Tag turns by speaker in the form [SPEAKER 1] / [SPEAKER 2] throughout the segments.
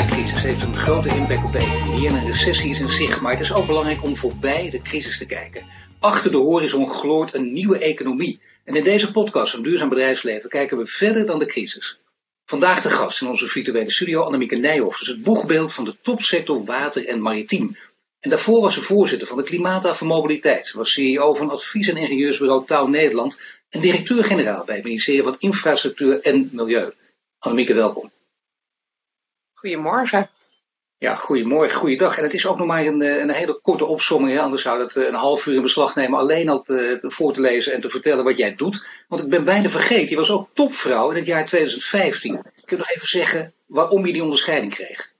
[SPEAKER 1] coronacrisis heeft een grote impact op de economie en een recessie is in zicht. Maar het is ook belangrijk om voorbij de crisis te kijken. Achter de horizon gloort een nieuwe economie. En in deze podcast van Duurzaam Bedrijfsleven kijken we verder dan de crisis. Vandaag de gast in onze virtuele studio Annemieke Nijhoff. Dus het boegbeeld van de topsector water en maritiem. En daarvoor was ze voorzitter van de Klimata voor Mobiliteit. Ze was CEO van advies- en ingenieursbureau Touw Nederland en directeur-generaal bij het ministerie van Infrastructuur en Milieu. Annemieke, welkom.
[SPEAKER 2] Goedemorgen.
[SPEAKER 1] Ja, goedemorgen, goeiedag. En het is ook nog maar een hele korte opsomming, hè? Anders zou het een half uur in beslag nemen alleen al voor te lezen en te vertellen wat jij doet. Want ik ben bijna vergeten, je was ook topvrouw in het jaar 2015. Kun je nog even zeggen waarom je die onderscheiding kreeg?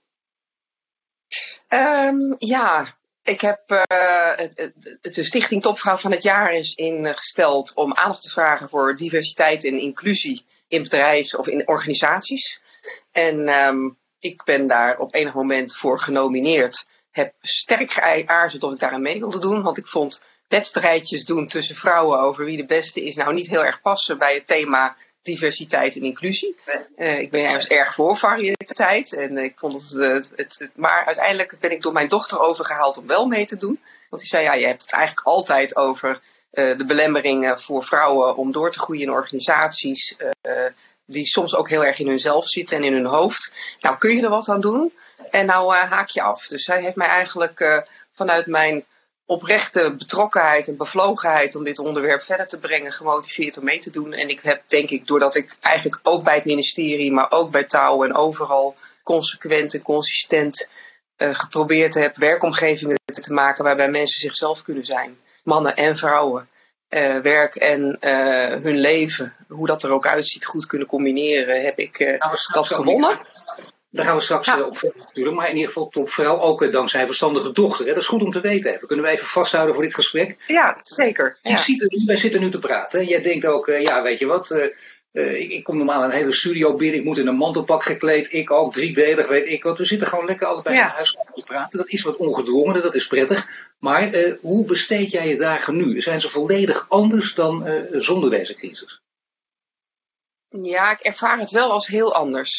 [SPEAKER 2] Ik heb de Stichting Topvrouw van het Jaar is ingesteld om aandacht te vragen voor diversiteit en inclusie in bedrijven of in organisaties. En ik ben daar op enig moment voor genomineerd. Heb sterk geaarzeld of ik daaraan mee wilde doen, want ik vond wedstrijdjes doen tussen vrouwen over wie de beste is nou niet heel erg passen bij het thema diversiteit en inclusie. Ik ben juist erg voor variëteit. En ik vond maar uiteindelijk ben ik door mijn dochter overgehaald om wel mee te doen. Want die zei, ja, je hebt het eigenlijk altijd over de belemmeringen voor vrouwen om door te groeien in organisaties. Die soms ook heel erg in hunzelf zitten en in hun hoofd. Nou, kun je er wat aan doen? En nou haak je af. Dus zij heeft mij eigenlijk vanuit mijn oprechte betrokkenheid en bevlogenheid om dit onderwerp verder te brengen, gemotiveerd om mee te doen. En ik heb, denk ik, doordat ik eigenlijk ook bij het ministerie, maar ook bij Touw en overal consequent en consistent geprobeerd heb werkomgevingen te maken waarbij mensen zichzelf kunnen zijn. Mannen en vrouwen. Werk en hun leven, hoe dat er ook uitziet, goed kunnen combineren, heb ik dat gewonnen.
[SPEAKER 1] Daar gaan we straks op verder natuurlijk. Maar in ieder geval topvrouw, ook dankzij verstandige dochter. Hè? Dat is goed om te weten. Even. Kunnen we even vasthouden voor dit gesprek?
[SPEAKER 2] Ja, zeker. Ja.
[SPEAKER 1] Wij zitten nu te praten. Jij denkt ook, weet je wat, ik kom normaal een hele studio binnen. Ik moet in een mantelpak gekleed. Ik ook, driedelig, weet ik wat. We zitten gewoon lekker allebei in huis te praten. Dat is wat ongedwongen, dat is prettig. Maar hoe besteed jij je dagen nu? Zijn ze volledig anders dan zonder deze crisis?
[SPEAKER 2] Ja, ik ervaar het wel als heel anders.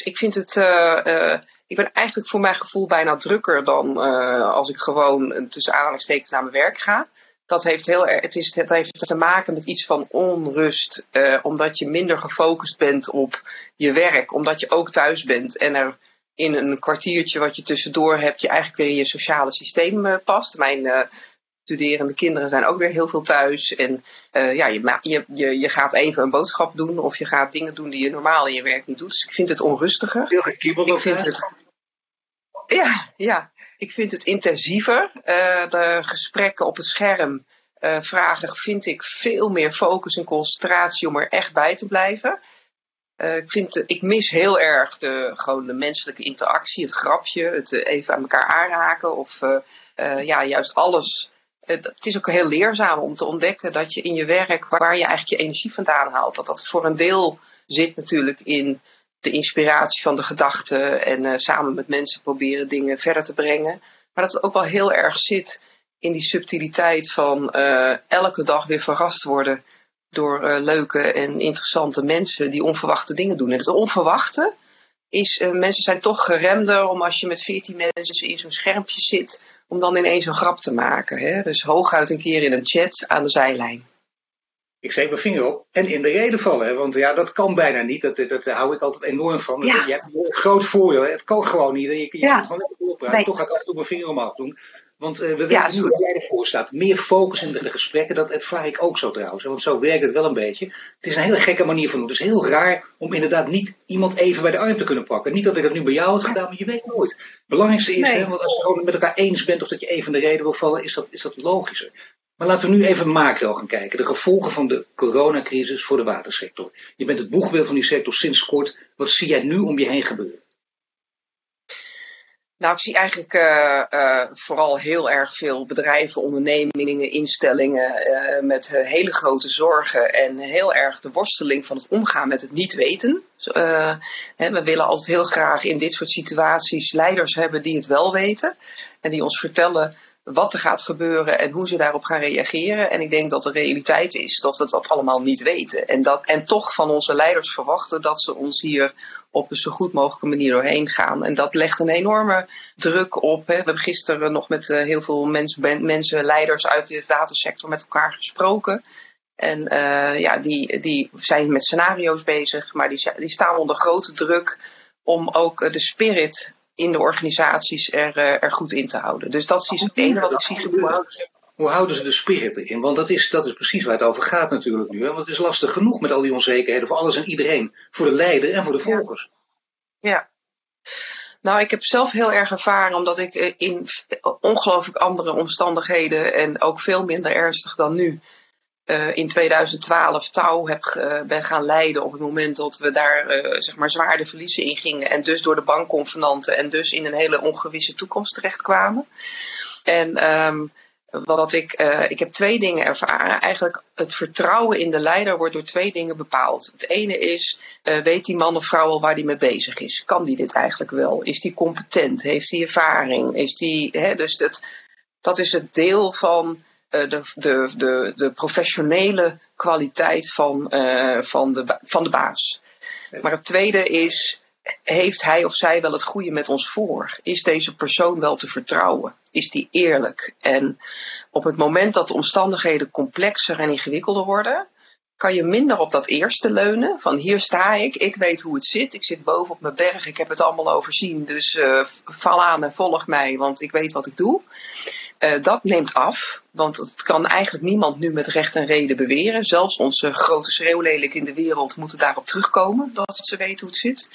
[SPEAKER 2] Ik ben eigenlijk voor mijn gevoel bijna drukker dan als ik gewoon tussen aanhalingstekens naar mijn werk ga. Dat heeft te maken met iets van onrust, omdat je minder gefocust bent op je werk, omdat je ook thuis bent en er in een kwartiertje wat je tussendoor hebt, je eigenlijk weer in je sociale systeem past. Mijn studerende kinderen zijn ook weer heel veel thuis. En je gaat even een boodschap doen of je gaat dingen doen die je normaal in je werk niet doet. Dus ik vind het onrustiger.
[SPEAKER 1] Heel gekibbeld.
[SPEAKER 2] Ik vind het intensiever. De gesprekken op het scherm vind ik veel meer focus en concentratie om er echt bij te blijven. Ik mis heel erg gewoon de menselijke interactie, het grapje, het even aan elkaar aanraken of juist alles. Het is ook heel leerzaam om te ontdekken dat je in je werk, waar je eigenlijk je energie vandaan haalt, dat voor een deel zit natuurlijk in de inspiratie van de gedachten en samen met mensen proberen dingen verder te brengen. Maar dat het ook wel heel erg zit in die subtiliteit van elke dag weer verrast worden door leuke en interessante mensen die onverwachte dingen doen. En het onverwachte is, mensen zijn toch geremder om als je met 14 mensen in zo'n schermpje zit, om dan ineens een grap te maken. Hè? Dus hooguit een keer in een chat aan de zijlijn.
[SPEAKER 1] Ik steek mijn vinger op en in de reden vallen. Hè? Want ja, dat kan bijna niet. Dat hou ik altijd enorm van. Ja. Je hebt een groot voordeel. Hè? Het kan gewoon niet. Je kunt gewoon lekker doorpraten. Nee. Toch ga ik af en toe mijn vinger omhoog doen. Want we weten nu wat jij ervoor staat. Meer focus in de gesprekken, dat ervaar ik ook zo trouwens. Want zo werkt het wel een beetje. Het is een hele gekke manier van doen. Het is heel raar om inderdaad niet iemand even bij de arm te kunnen pakken. Niet dat ik dat nu bij jou had gedaan, maar je weet nooit. Het belangrijkste is, want als je gewoon met elkaar eens bent of dat je even in de reden wil vallen, is dat logischer. Maar laten we nu even macro gaan kijken. De gevolgen van de coronacrisis voor de watersector. Je bent het boegbeeld van die sector sinds kort. Wat zie jij nu om je heen gebeuren?
[SPEAKER 2] Nou, ik zie eigenlijk vooral heel erg veel bedrijven, ondernemingen, instellingen met hele grote zorgen en heel erg de worsteling van het omgaan met het niet weten. We willen altijd heel graag in dit soort situaties leiders hebben die het wel weten en die ons vertellen wat er gaat gebeuren en hoe ze daarop gaan reageren. En ik denk dat de realiteit is dat we dat allemaal niet weten. En toch van onze leiders verwachten dat ze ons hier op een zo goed mogelijke manier doorheen gaan. En dat legt een enorme druk op. Hè. We hebben gisteren nog met heel veel mensen, leiders uit de watersector met elkaar gesproken. En die zijn met scenario's bezig, maar die staan onder grote druk om ook de spirit in de organisaties er goed in te houden. Dus dat is het ene wat ik zie gebeuren.
[SPEAKER 1] Hoe houden ze de spirit erin? Want dat is precies waar het over gaat natuurlijk nu. Hè? Want het is lastig genoeg met al die onzekerheden voor alles en iedereen. Voor de leider en voor de volgers.
[SPEAKER 2] Ja. Nou, ik heb zelf heel erg ervaren, omdat ik in ongelooflijk andere omstandigheden en ook veel minder ernstig dan nu in 2012 touw ben gaan leiden op het moment dat we daar zwaar de verliezen in gingen. En dus door de bankconvenanten en dus in een hele ongewisse toekomst terechtkwamen. En ik heb 2 dingen ervaren. Eigenlijk het vertrouwen in de leider wordt door 2 dingen bepaald. Het ene is, weet die man of vrouw al waar die mee bezig is? Kan die dit eigenlijk wel? Is die competent? Heeft die ervaring? Dus dat is het deel van de professionele kwaliteit van de baas. Maar het tweede is, heeft hij of zij wel het goede met ons voor? Is deze persoon wel te vertrouwen? Is die eerlijk? En op het moment dat de omstandigheden complexer en ingewikkelder worden, kan je minder op dat eerste leunen. Van hier sta ik weet hoe het zit. Ik zit boven op mijn berg, ik heb het allemaal overzien. Dus val aan en volg mij, want ik weet wat ik doe. Dat neemt af, want het kan eigenlijk niemand nu met recht en reden beweren. Zelfs onze grote schreeuwlelijk in de wereld moeten daarop terugkomen, dat ze weten hoe het zit.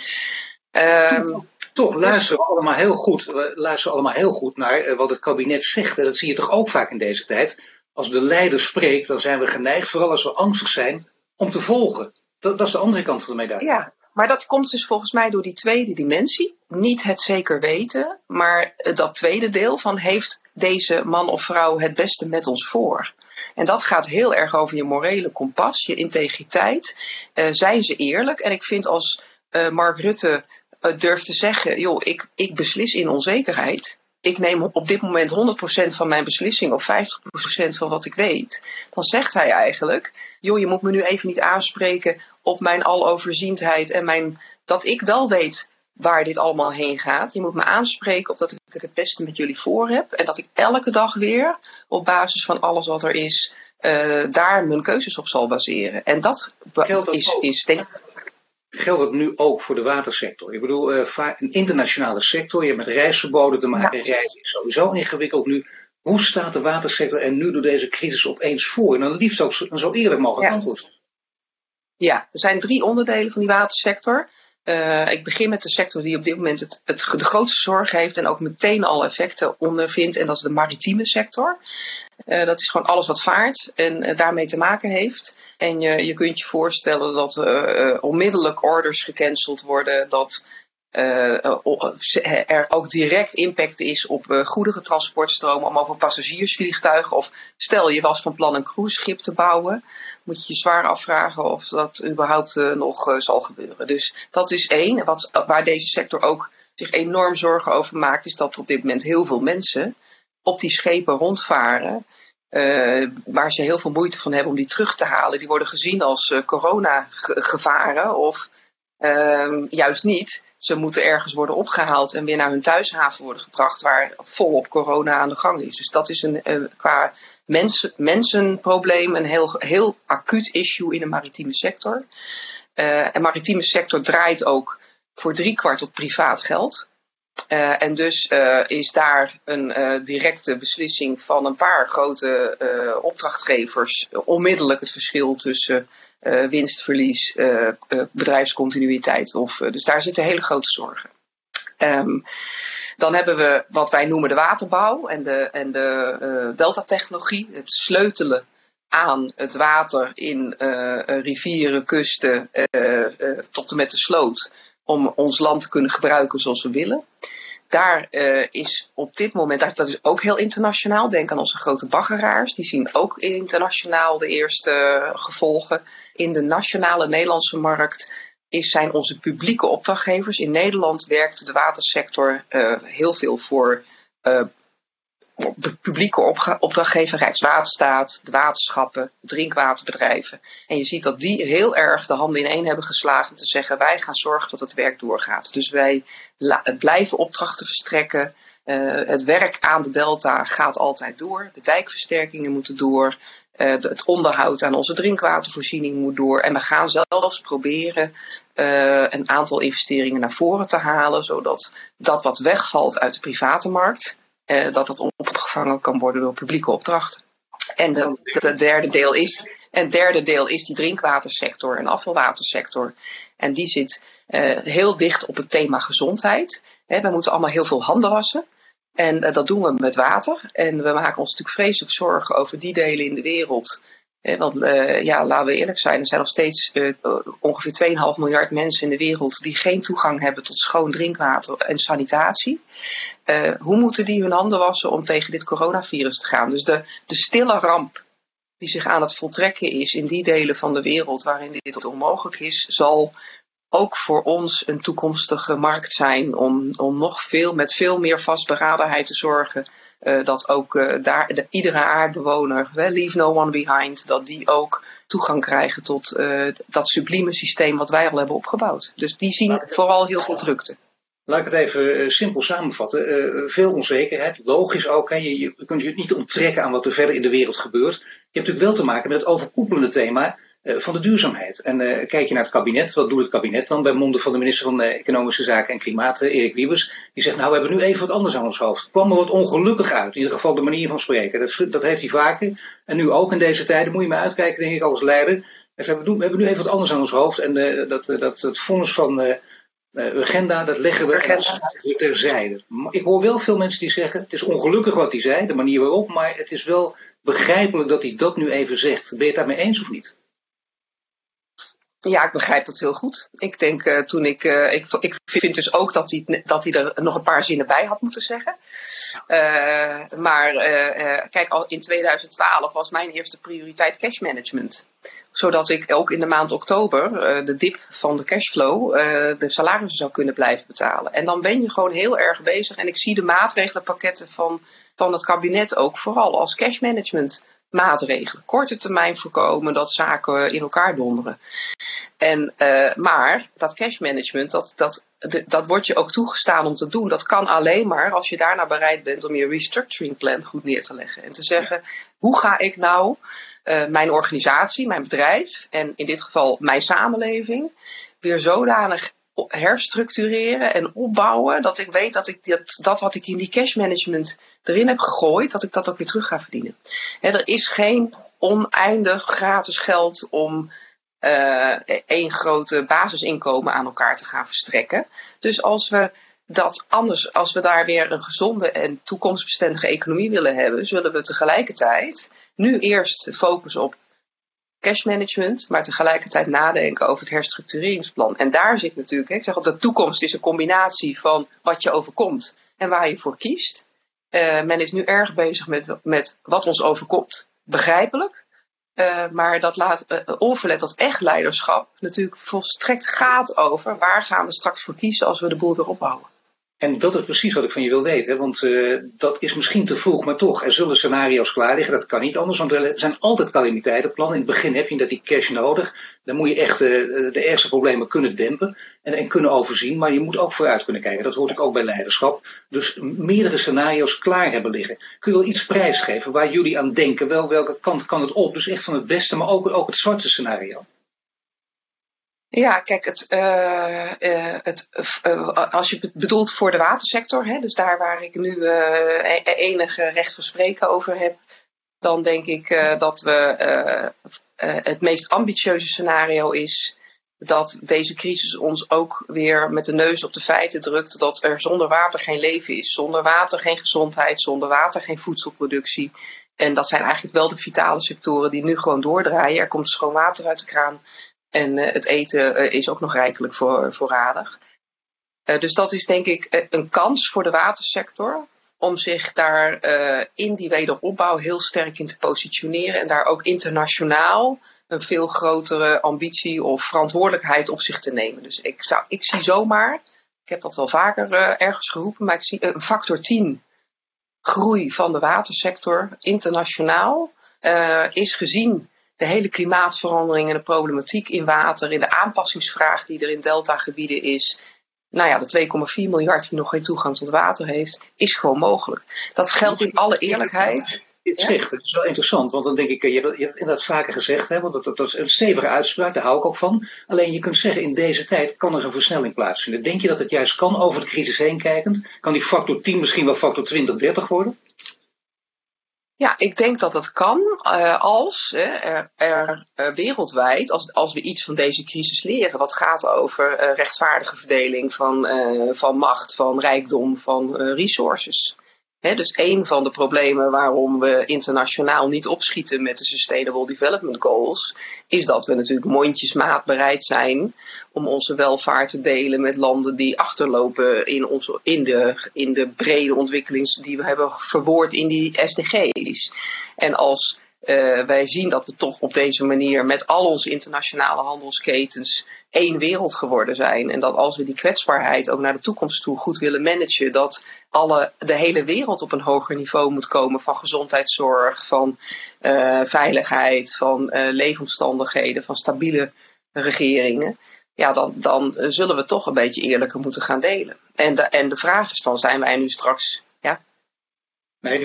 [SPEAKER 1] Toch luisteren we allemaal heel goed. We luisteren allemaal heel goed naar wat het kabinet zegt. En dat zie je toch ook vaak in deze tijd. Als de leider spreekt, dan zijn we geneigd, vooral als we angstig zijn, om te volgen. Dat is de andere kant van de medaille.
[SPEAKER 2] Ja, maar dat komt dus volgens mij door die tweede dimensie. Niet het zeker weten, maar dat tweede deel van heeft deze man of vrouw het beste met ons voor. En dat gaat heel erg over je morele kompas, je integriteit. Zijn ze eerlijk? En ik vind als Mark Rutte durft te zeggen, joh, ik beslis in onzekerheid. Ik neem op dit moment 100% van mijn beslissing of 50% van wat ik weet. Dan zegt hij eigenlijk, joh, je moet me nu even niet aanspreken op mijn aloverziendheid en dat ik wel weet waar dit allemaal heen gaat. Je moet me aanspreken op dat ik het beste met jullie voor heb. En dat ik elke dag weer op basis van alles wat er is, daar mijn keuzes op zal baseren. En dat is denk ik.
[SPEAKER 1] Geldt het nu ook voor de watersector? Ik bedoel, een internationale sector, je hebt met reisverboden te maken. Ja. Reizen is sowieso ingewikkeld nu. Hoe staat de watersector er nu door deze crisis opeens voor? En dan liefst ook zo eerlijk mogelijk antwoord.
[SPEAKER 2] Ja, er zijn 3 onderdelen van die watersector. Ik begin met de sector die op dit moment de grootste zorg heeft en ook meteen al effecten ondervindt. En dat is de maritieme sector. Dat is gewoon alles wat vaart en daarmee te maken heeft. En je kunt je voorstellen dat onmiddellijk orders gecanceld worden. Dat er ook direct impact is op goederentransportstromen, om over passagiersvliegtuigen. Of stel je was van plan een cruiseschip te bouwen, moet je je zwaar afvragen of dat überhaupt nog zal gebeuren. Dus dat is 1. Waar deze sector ook zich enorm zorgen over maakt, is dat op dit moment heel veel mensen op die schepen rondvaren, waar ze heel veel moeite van hebben om die terug te halen. Die worden gezien als coronagevaren of juist niet. Ze moeten ergens worden opgehaald en weer naar hun thuishaven worden gebracht, waar volop corona aan de gang is. Dus dat is qua mensenprobleem een heel acuut issue in de maritieme sector. En maritieme sector draait ook voor 3/4 op privaat geld. En dus is daar een directe beslissing van een paar grote opdrachtgevers onmiddellijk het verschil tussen winstverlies, bedrijfscontinuïteit. Dus daar zitten hele grote zorgen. Dan hebben we wat wij noemen de waterbouw en de deltatechnologie. Het sleutelen aan het water in rivieren, kusten tot en met de sloot, om ons land te kunnen gebruiken zoals we willen. Daar is op dit moment, dat is ook heel internationaal. Denk aan onze grote baggeraars. Die zien ook internationaal de eerste gevolgen. In de nationale Nederlandse markt zijn onze publieke opdrachtgevers. In Nederland werkt de watersector heel veel voor publieke opdrachtgever, Rijkswaterstaat, de waterschappen, drinkwaterbedrijven. En je ziet dat die heel erg de handen ineen hebben geslagen om te zeggen, wij gaan zorgen dat het werk doorgaat. Dus wij blijven opdrachten verstrekken. Het werk aan de delta gaat altijd door. De dijkversterkingen moeten door. Het onderhoud aan onze drinkwatervoorziening moet door. En we gaan zelfs proberen een aantal investeringen naar voren te halen, zodat dat wat wegvalt uit de private markt, dat opgevangen kan worden door publieke opdrachten. En het derde deel is die drinkwatersector en afvalwatersector. En die zit heel dicht op het thema gezondheid. We moeten allemaal heel veel handen wassen. En dat doen we met water. En we maken ons natuurlijk vreselijk zorgen over die delen in de wereld. Want laten we eerlijk zijn, er zijn nog steeds ongeveer 2,5 miljard mensen in de wereld die geen toegang hebben tot schoon drinkwater en sanitatie. Hoe moeten die hun handen wassen om tegen dit coronavirus te gaan? Dus de stille ramp die zich aan het voltrekken is in die delen van de wereld waarin dit onmogelijk is, zal ook voor ons een toekomstige markt zijn om met veel meer vastberadenheid te zorgen dat ook iedere aardbewoner, leave no one behind, dat die ook toegang krijgen tot dat sublieme systeem wat wij al hebben opgebouwd. Dus die zien vooral heel veel drukte.
[SPEAKER 1] Laat ik het even simpel samenvatten. Veel onzekerheid, logisch ook. Je kunt je niet onttrekken aan wat er verder in de wereld gebeurt. Je hebt natuurlijk wel te maken met het overkoepelende thema van de duurzaamheid. En kijk je naar het kabinet, wat doet het kabinet dan? Bij monden van de minister van Economische Zaken en Klimaat, Erik Wiebes. Die zegt, nou, we hebben nu even wat anders aan ons hoofd. Het kwam er wat ongelukkig uit, in ieder geval de manier van spreken. Dat heeft hij vaker. En nu ook in deze tijden, moet je maar uitkijken, denk ik, als leider. We hebben nu even wat anders aan ons hoofd. En dat vonnis van Urgenda, dat leggen we terzijde. Ik hoor wel veel mensen die zeggen, het is ongelukkig wat hij zei, de manier waarop, maar het is wel begrijpelijk dat hij dat nu even zegt. Ben je het daarmee eens of niet?
[SPEAKER 2] Ja, ik begrijp dat heel goed. Ik denk ik vind dus ook dat hij er nog een paar zinnen bij had moeten zeggen. Kijk, al in 2012 was mijn eerste prioriteit cash management. Zodat ik ook in de maand oktober de dip van de cashflow, de salarissen zou kunnen blijven betalen. En dan ben je gewoon heel erg bezig. En ik zie de maatregelenpakketten van het kabinet ook vooral als cash management maatregelen. Korte termijn voorkomen dat zaken in elkaar donderen. Maar dat cash management, dat wordt je ook toegestaan om te doen. Dat kan alleen maar als je daarna bereid bent om je restructuring plan goed neer te leggen. En te zeggen, hoe ga ik nou mijn organisatie, mijn bedrijf en in dit geval mijn samenleving weer zodanig herstructureren en opbouwen dat ik weet dat wat ik in die cash management erin heb gegooid, dat ik dat ook weer terug ga verdienen. Er is geen oneindig gratis geld om één grote basisinkomen aan elkaar te gaan verstrekken. Dus als we daar weer een gezonde en toekomstbestendige economie willen hebben, zullen we tegelijkertijd nu eerst focussen op cash management, maar tegelijkertijd nadenken over het herstructureringsplan. En daar zit natuurlijk, ik zeg de toekomst is een combinatie van wat je overkomt en waar je voor kiest. Men is nu erg bezig met wat ons overkomt, begrijpelijk. Maar dat laat onverlet dat echt leiderschap natuurlijk volstrekt gaat over waar gaan we straks voor kiezen als we de boel weer opbouwen.
[SPEAKER 1] En dat is precies wat ik van je wil weten, want dat is misschien te vroeg, maar toch, er zullen scenario's klaar liggen, dat kan niet anders, want er zijn altijd calamiteitenplannen. In het begin heb je dat die cash nodig, dan moet je echt de ergste problemen kunnen dempen en kunnen overzien, maar je moet ook vooruit kunnen kijken, dat hoort ik ook bij leiderschap. Dus meerdere scenario's klaar hebben liggen. Kun je wel iets prijsgeven waar jullie aan denken, welke kant kan het op? Dus echt van het beste, maar ook het zwarte scenario.
[SPEAKER 2] Ja, kijk, als je het bedoelt voor de watersector, dus daar waar ik nu enige recht van spreken over heb, dan denk ik dat het meest ambitieuze scenario is dat deze crisis ons ook weer met de neus op de feiten drukt dat er zonder water geen leven is, zonder water geen gezondheid, zonder water geen voedselproductie. En dat zijn eigenlijk wel de vitale sectoren die nu gewoon doordraaien. Er komt schoon water uit de kraan. En het eten is ook nog rijkelijk voorradig. Dus dat is denk ik een kans voor de watersector om zich daar in die wederopbouw heel sterk in te positioneren. En daar ook internationaal een veel grotere ambitie of verantwoordelijkheid op zich te nemen. Dus ik zie zomaar, ik heb dat wel vaker ergens geroepen, maar ik zie een factor 10 groei van de watersector internationaal is gezien de hele klimaatverandering en de problematiek in water, in de aanpassingsvraag die er in deltagebieden is. Nou ja, de 2,4 miljard die nog geen toegang tot water heeft, is gewoon mogelijk. Dat geldt in alle eerlijkheid.
[SPEAKER 1] Het zegt, het is wel interessant, want dan denk ik, je hebt inderdaad vaker gezegd, hè, want dat is een stevige uitspraak, daar hou ik ook van. Alleen je kunt zeggen, in deze tijd kan er een versnelling plaatsvinden. Denk je dat het juist kan, over de crisis heen kijkend? Kan die factor 10 misschien wel factor 20, 30 worden?
[SPEAKER 2] Ja, ik denk dat dat kan als er wereldwijd, als we iets van deze crisis leren, wat gaat over rechtvaardige verdeling van macht, van rijkdom, van resources. Dus een van de problemen waarom we internationaal niet opschieten met de Sustainable Development Goals, is dat we natuurlijk mondjesmaat bereid zijn om onze welvaart te delen met landen die achterlopen in de brede ontwikkelings die we hebben verwoord in die SDG's. En als wij zien dat we toch op deze manier met al onze internationale handelsketens één wereld geworden zijn. En dat als we die kwetsbaarheid ook naar de toekomst toe goed willen managen, dat de hele wereld op een hoger niveau moet komen van gezondheidszorg, van veiligheid, van leefomstandigheden, van stabiele regeringen. Ja, dan zullen we toch een beetje eerlijker moeten gaan delen. En de vraag is dan, zijn wij nu straks...
[SPEAKER 1] Nee,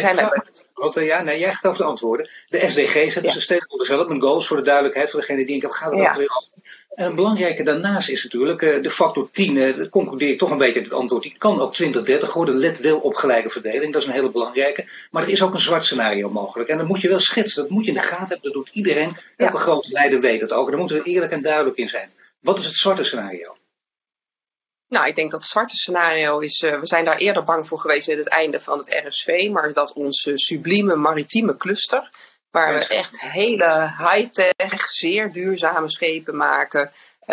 [SPEAKER 1] jij gaat over de antwoorden. De SDG's, de Sustainable Development Goals, voor de duidelijkheid, voor degene die ik heb, gaat het ook weer af. En een belangrijke daarnaast is natuurlijk de factor 10, dat concludeer ik toch een beetje uit het antwoord, die kan ook 2030 worden, let wel op gelijke verdeling, dat is een hele belangrijke. Maar er is ook een zwart scenario mogelijk. En dat moet je wel schetsen, dat moet je in de gaten hebben, dat doet iedereen. Elke grote leider weet het ook. Daar moeten we eerlijk en duidelijk in zijn. Wat is het zwarte scenario?
[SPEAKER 2] Nou, ik denk dat het zwarte scenario is, we zijn daar eerder bang voor geweest met het einde van het RSV, maar dat onze sublieme maritieme cluster, waar we echt hele high-tech, zeer duurzame schepen maken,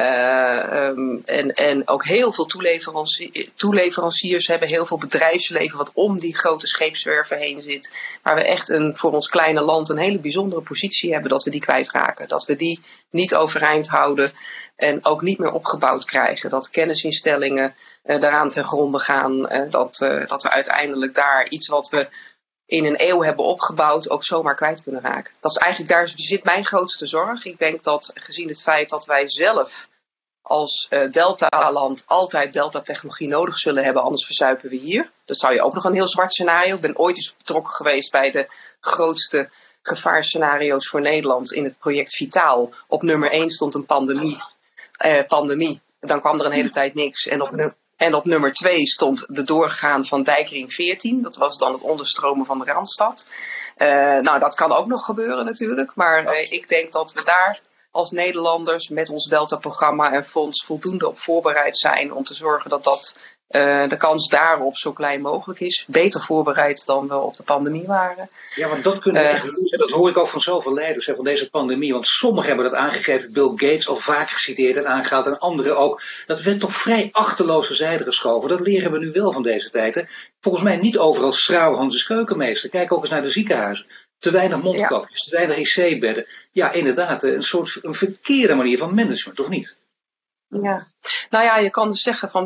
[SPEAKER 2] en ook heel veel toeleveranciers hebben, heel veel bedrijfsleven wat om die grote scheepswerven heen zit, waar we echt voor ons kleine land een hele bijzondere positie hebben, dat we die kwijtraken. Dat we die niet overeind houden en ook niet meer opgebouwd krijgen. Dat kennisinstellingen daaraan ten gronde gaan, dat we uiteindelijk daar iets wat we in een eeuw hebben opgebouwd ook zomaar kwijt kunnen raken. Dat is eigenlijk, daar zit mijn grootste zorg. Ik denk dat gezien het feit dat wij zelf als delta-land altijd delta-technologie nodig zullen hebben, anders verzuipen we hier. Dat zou je ook nog een heel zwart scenario. Ik ben ooit eens betrokken geweest bij de grootste gevaarscenario's voor Nederland in het project Vitaal. Op nummer 1 stond een pandemie. Dan kwam er een hele tijd niks. En op nummer 2 stond de doorgaan van dijkring 14. Dat was dan het onderstromen van de Randstad. Nou, dat kan ook nog gebeuren natuurlijk. Maar ik denk dat we daar als Nederlanders met ons Delta-programma en fonds voldoende op voorbereid zijn om te zorgen dat de kans daarop zo klein mogelijk is. Beter voorbereid dan we op de pandemie waren.
[SPEAKER 1] Ja, want dat kunnen we echt doen. Dat hoor ik ook van zoveel leiders van deze pandemie. Want sommigen hebben dat aangegeven. Bill Gates al vaak geciteerd en aangehaald. En anderen ook. Dat werd toch vrij achterloze zijde geschoven. Dat leren we nu wel van deze tijd. Hè? Volgens mij niet overal straalhands keukenmeester. Kijk ook eens naar de ziekenhuizen. Te weinig mondkapjes, te weinig IC-bedden. Ja, inderdaad, een verkeerde manier van management, toch niet?
[SPEAKER 2] Ja, nou ja, je kan dus zeggen van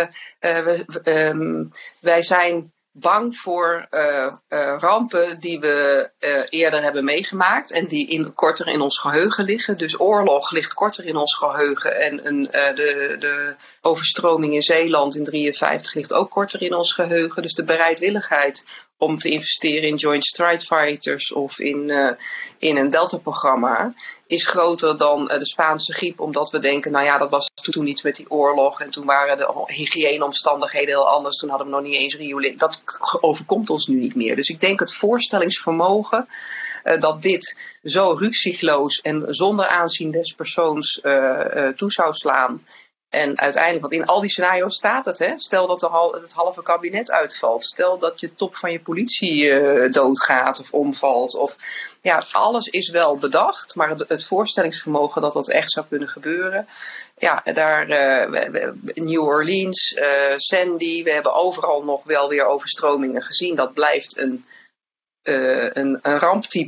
[SPEAKER 2] wij zijn bang voor rampen die we eerder hebben meegemaakt en die korter in ons geheugen liggen. Dus oorlog ligt korter in ons geheugen en de overstroming in Zeeland in 1953 ligt ook korter in ons geheugen. Dus de bereidwilligheid om te investeren in Joint Strike Fighters of in een Delta-programma is groter dan de Spaanse griep, omdat we denken, nou ja, dat was toen iets met die oorlog en toen waren de hygiëneomstandigheden heel anders, toen hadden we nog niet eens riolering. Dat overkomt ons nu niet meer. Dus ik denk het voorstellingsvermogen dat dit zo rukzichtloos en zonder aanzien des persoons toe zou slaan. En uiteindelijk, want in al die scenario's staat het, hè? Stel dat het halve kabinet uitvalt. Stel dat je top van je politie doodgaat of omvalt. Of, ja, alles is wel bedacht, maar het voorstellingsvermogen dat dat echt zou kunnen gebeuren. Ja, daar New Orleans, Sandy, we hebben overal nog wel weer overstromingen gezien. Dat blijft een ramptype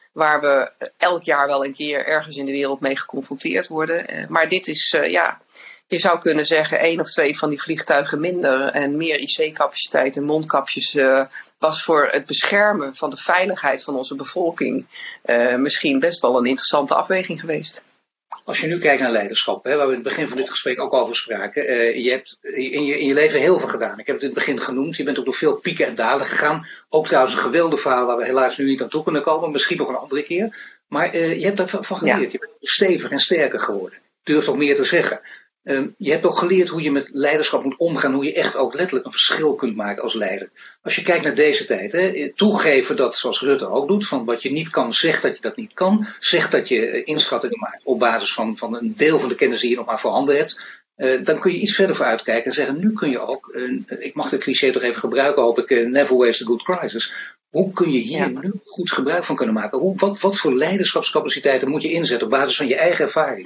[SPEAKER 2] waar we elk jaar wel een keer ergens in de wereld mee geconfronteerd worden. Maar dit is, je zou kunnen zeggen 1 of 2 van die vliegtuigen minder en meer IC-capaciteit en mondkapjes was voor het beschermen van de veiligheid van onze bevolking misschien best wel een interessante afweging geweest.
[SPEAKER 1] Als je nu kijkt naar leiderschap, waar we in het begin van dit gesprek ook over spraken. Je hebt in je leven heel veel gedaan. Ik heb het in het begin genoemd. Je bent ook door veel pieken en dalen gegaan. Ook trouwens een geweldig verhaal waar we helaas nu niet aan toe kunnen komen. Misschien nog een andere keer. Maar je hebt daarvan geleerd. Ja. Je bent stevig en sterker geworden. Durft ook meer te zeggen. Je hebt ook geleerd hoe je met leiderschap moet omgaan. Hoe je echt ook letterlijk een verschil kunt maken als leider. Als je kijkt naar deze tijd. Toegeven dat, zoals Rutte ook doet. Van wat je niet kan, zeg dat je dat niet kan. Zeg dat je inschattingen maakt op basis van een deel van de kennis die je nog maar voorhanden hebt. Dan kun je iets verder vooruit kijken en zeggen. Nu kun je ook, ik mag dit cliché toch even gebruiken hoop ik. Never waste a good crisis. Hoe kun je hier nu goed gebruik van kunnen maken? Wat voor leiderschapscapaciteiten moet je inzetten op basis van je eigen ervaring?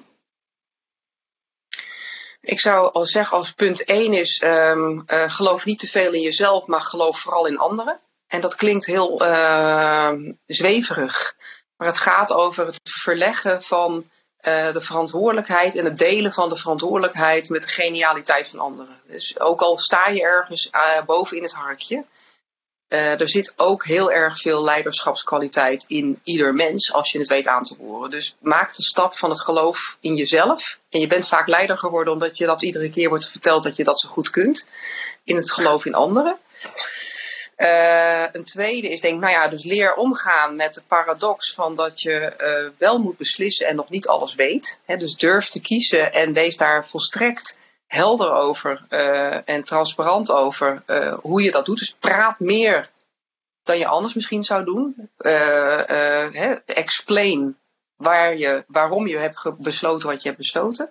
[SPEAKER 2] Ik zou al zeggen als punt 1 is, geloof niet te veel in jezelf, maar geloof vooral in anderen. En dat klinkt heel zweverig. Maar het gaat over het verleggen van de verantwoordelijkheid en het delen van de verantwoordelijkheid met de genialiteit van anderen. Dus ook al sta je ergens boven in het harkje. Er zit ook heel erg veel leiderschapskwaliteit in ieder mens als je het weet aan te boren. Dus maak de stap van het geloof in jezelf. En je bent vaak leider geworden omdat je dat iedere keer wordt verteld dat je dat zo goed kunt. In het geloof in anderen. Een tweede is dus leer omgaan met de paradox van dat je wel moet beslissen en nog niet alles weet. Dus durf te kiezen en wees daar volstrekt helder over en transparant over hoe je dat doet. Dus praat meer dan je anders misschien zou doen. Explain waarom je hebt besloten wat je hebt besloten.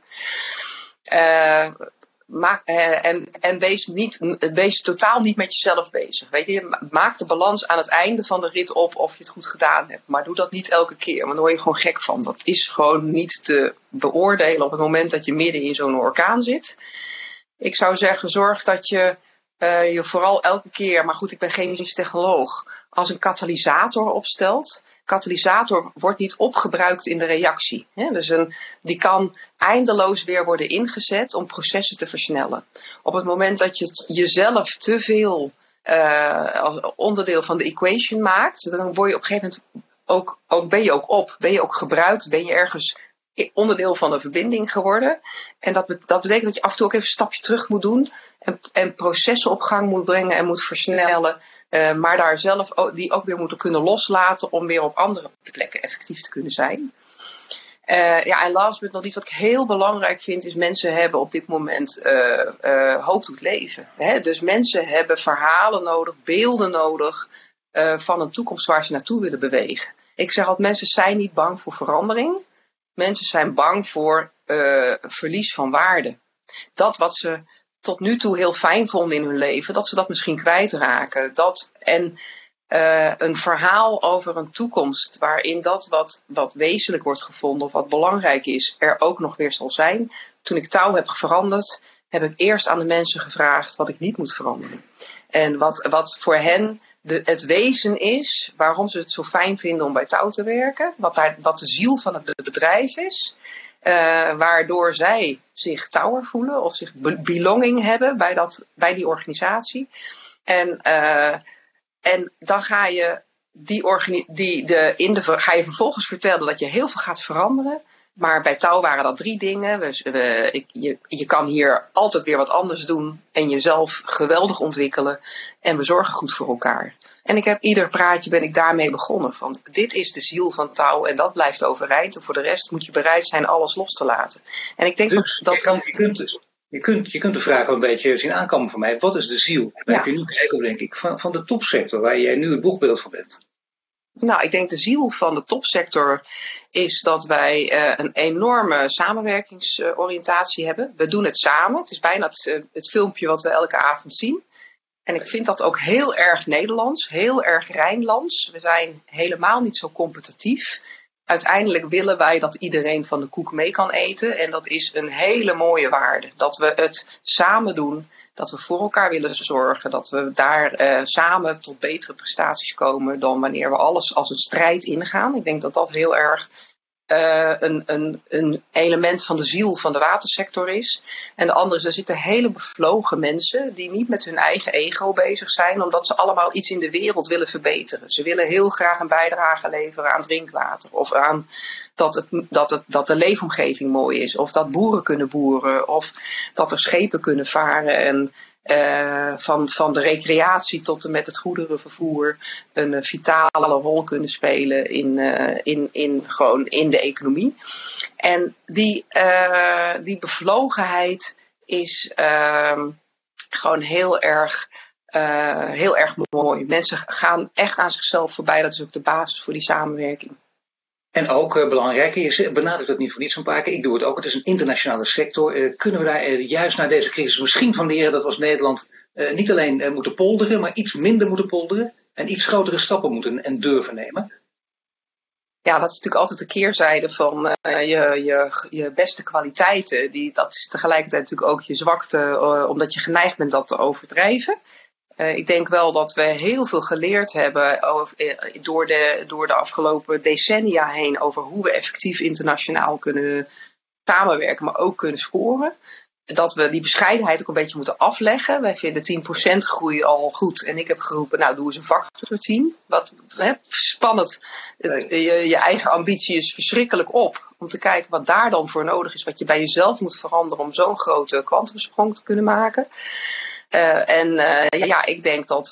[SPEAKER 2] En wees totaal niet met jezelf bezig. Weet je, maak de balans aan het einde van de rit op of je het goed gedaan hebt. Maar doe dat niet elke keer, want daar word je gewoon gek van. Dat is gewoon niet te beoordelen op het moment dat je midden in zo'n orkaan zit. Ik zou zeggen, zorg dat je je vooral elke keer, maar goed, ik ben chemisch technoloog, als een katalysator opstelt. Katalysator wordt niet opgebruikt in de reactie. Dus die kan eindeloos weer worden ingezet om processen te versnellen. Op het moment dat je jezelf te veel als onderdeel van de equation maakt, dan word je op een gegeven moment ben je ook gebruikt, ben je ergens onderdeel van de verbinding geworden. En dat betekent dat je af en toe ook even een stapje terug moet doen en processen op gang moet brengen en moet versnellen. Maar daar zelf die ook weer moeten kunnen loslaten om weer op andere plekken effectief te kunnen zijn. En last but not least, wat ik heel belangrijk vind, is mensen hebben op dit moment hoop doet leven. Dus mensen hebben verhalen nodig, beelden nodig van een toekomst waar ze naartoe willen bewegen. Ik zeg altijd, mensen zijn niet bang voor verandering. Mensen zijn bang voor verlies van waarde. Dat wat ze tot nu toe heel fijn vonden in hun leven, dat ze dat misschien kwijtraken. Een verhaal over een toekomst waarin dat wat wezenlijk wordt gevonden of wat belangrijk is, er ook nog weer zal zijn. Toen ik touw heb veranderd, heb ik eerst aan de mensen gevraagd wat ik niet moet veranderen. En wat voor hen het wezen is, waarom ze het zo fijn vinden om bij touw te werken. Wat de ziel van het bedrijf is. Waardoor zij zich touwer voelen of zich belonging hebben bij die organisatie. En dan ga je ga je vervolgens vertellen dat je heel veel gaat veranderen. Maar bij touw waren dat 3 dingen. Je kan hier altijd weer wat anders doen en jezelf geweldig ontwikkelen. En we zorgen goed voor elkaar. En ieder praatje ben ik daarmee begonnen. Van dit is de ziel van touw en dat blijft overeind. En voor de rest moet je bereid zijn alles los te laten. En ik denk
[SPEAKER 1] Je kunt de vraag wel een beetje zien aankomen van mij. Wat is de ziel? Daar heb je nu kijk op, denk ik, van de topsector waar jij nu het boegbeeld van bent.
[SPEAKER 2] Nou, ik denk de ziel van de topsector is dat wij een enorme samenwerkingsoriëntatie hebben. We doen het samen. Het is bijna het filmpje wat we elke avond zien. En ik vind dat ook heel erg Nederlands, heel erg Rijnlands. We zijn helemaal niet zo competitief. uiteindelijk willen wij dat iedereen van de koek mee kan eten. En dat is een hele mooie waarde. Dat we het samen doen. Dat we voor elkaar willen zorgen. Dat we daar samen tot betere prestaties komen dan wanneer we alles als een strijd ingaan. Ik denk dat dat heel erg een element van de ziel van de watersector is. En de andere is, er zitten hele bevlogen mensen die niet met hun eigen ego bezig zijn, omdat ze allemaal iets in de wereld willen verbeteren. Ze willen heel graag een bijdrage leveren aan drinkwater, of aan dat de leefomgeving mooi is, of dat boeren kunnen boeren, of dat er schepen kunnen varen en van de recreatie tot en met het goederenvervoer een vitale rol kunnen spelen in de economie. En die bevlogenheid is gewoon heel erg mooi. Mensen gaan echt aan zichzelf voorbij. Dat is ook de basis voor die samenwerking.
[SPEAKER 1] En ook belangrijk, je benadrukt dat niet voor niets een paar keer, ik doe het ook, het is een internationale sector. Kunnen we daar juist na deze crisis misschien van leren dat we als Nederland niet alleen moeten polderen, maar iets minder moeten polderen en iets grotere stappen moeten en durven nemen?
[SPEAKER 2] Ja, dat is natuurlijk altijd de keerzijde van je beste kwaliteiten. Dat is tegelijkertijd natuurlijk ook je zwakte, omdat je geneigd bent dat te overdrijven. Ik denk wel dat we heel veel geleerd hebben door de afgelopen decennia heen over hoe we effectief internationaal kunnen samenwerken, maar ook kunnen scoren. Dat we die bescheidenheid ook een beetje moeten afleggen. Wij vinden 10% groei al goed. En ik heb geroepen, nou doe eens een factor 10. Wat spannend. Je eigen ambitie is verschrikkelijk op. Om te kijken wat daar dan voor nodig is. Wat je bij jezelf moet veranderen om zo'n grote kwantumsprong te kunnen maken. Ik denk dat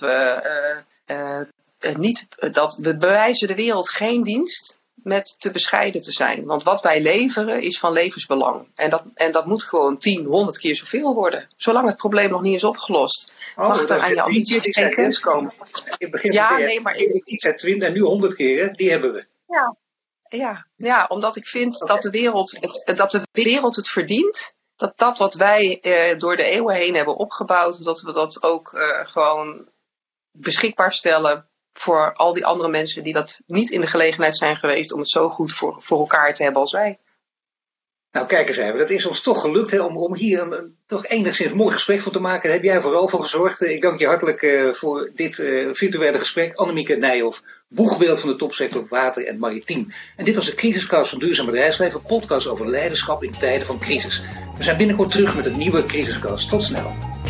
[SPEAKER 2] we bewijzen de wereld geen dienst met te bescheiden te zijn. Want wat wij leveren is van levensbelang. En dat moet gewoon 10, 100 keer zoveel worden. Zolang het probleem nog niet is opgelost, mag er aan je ambitie geen grens komen.
[SPEAKER 1] In het begin maar iets uit 20 en nu 100 keer, die hebben we.
[SPEAKER 2] Ja, omdat ik vind dat de wereld het verdient. Dat wat wij door de eeuwen heen hebben opgebouwd, dat we dat ook gewoon beschikbaar stellen voor al die andere mensen die dat niet in de gelegenheid zijn geweest om het zo goed voor elkaar te hebben als wij.
[SPEAKER 1] Nou, kijk eens even, dat is ons toch gelukt om hier toch enigszins mooi gesprek van te maken. Daar heb jij vooral voor gezorgd. Ik dank je hartelijk voor dit virtuele gesprek. Annemieke Nijhoff, boegbeeld van de topsector water en maritiem. En dit was de Crisiscast van Duurzaam Bedrijfsleven, een podcast over leiderschap in tijden van crisis. We zijn binnenkort terug met een nieuwe Crisiscast. Tot snel.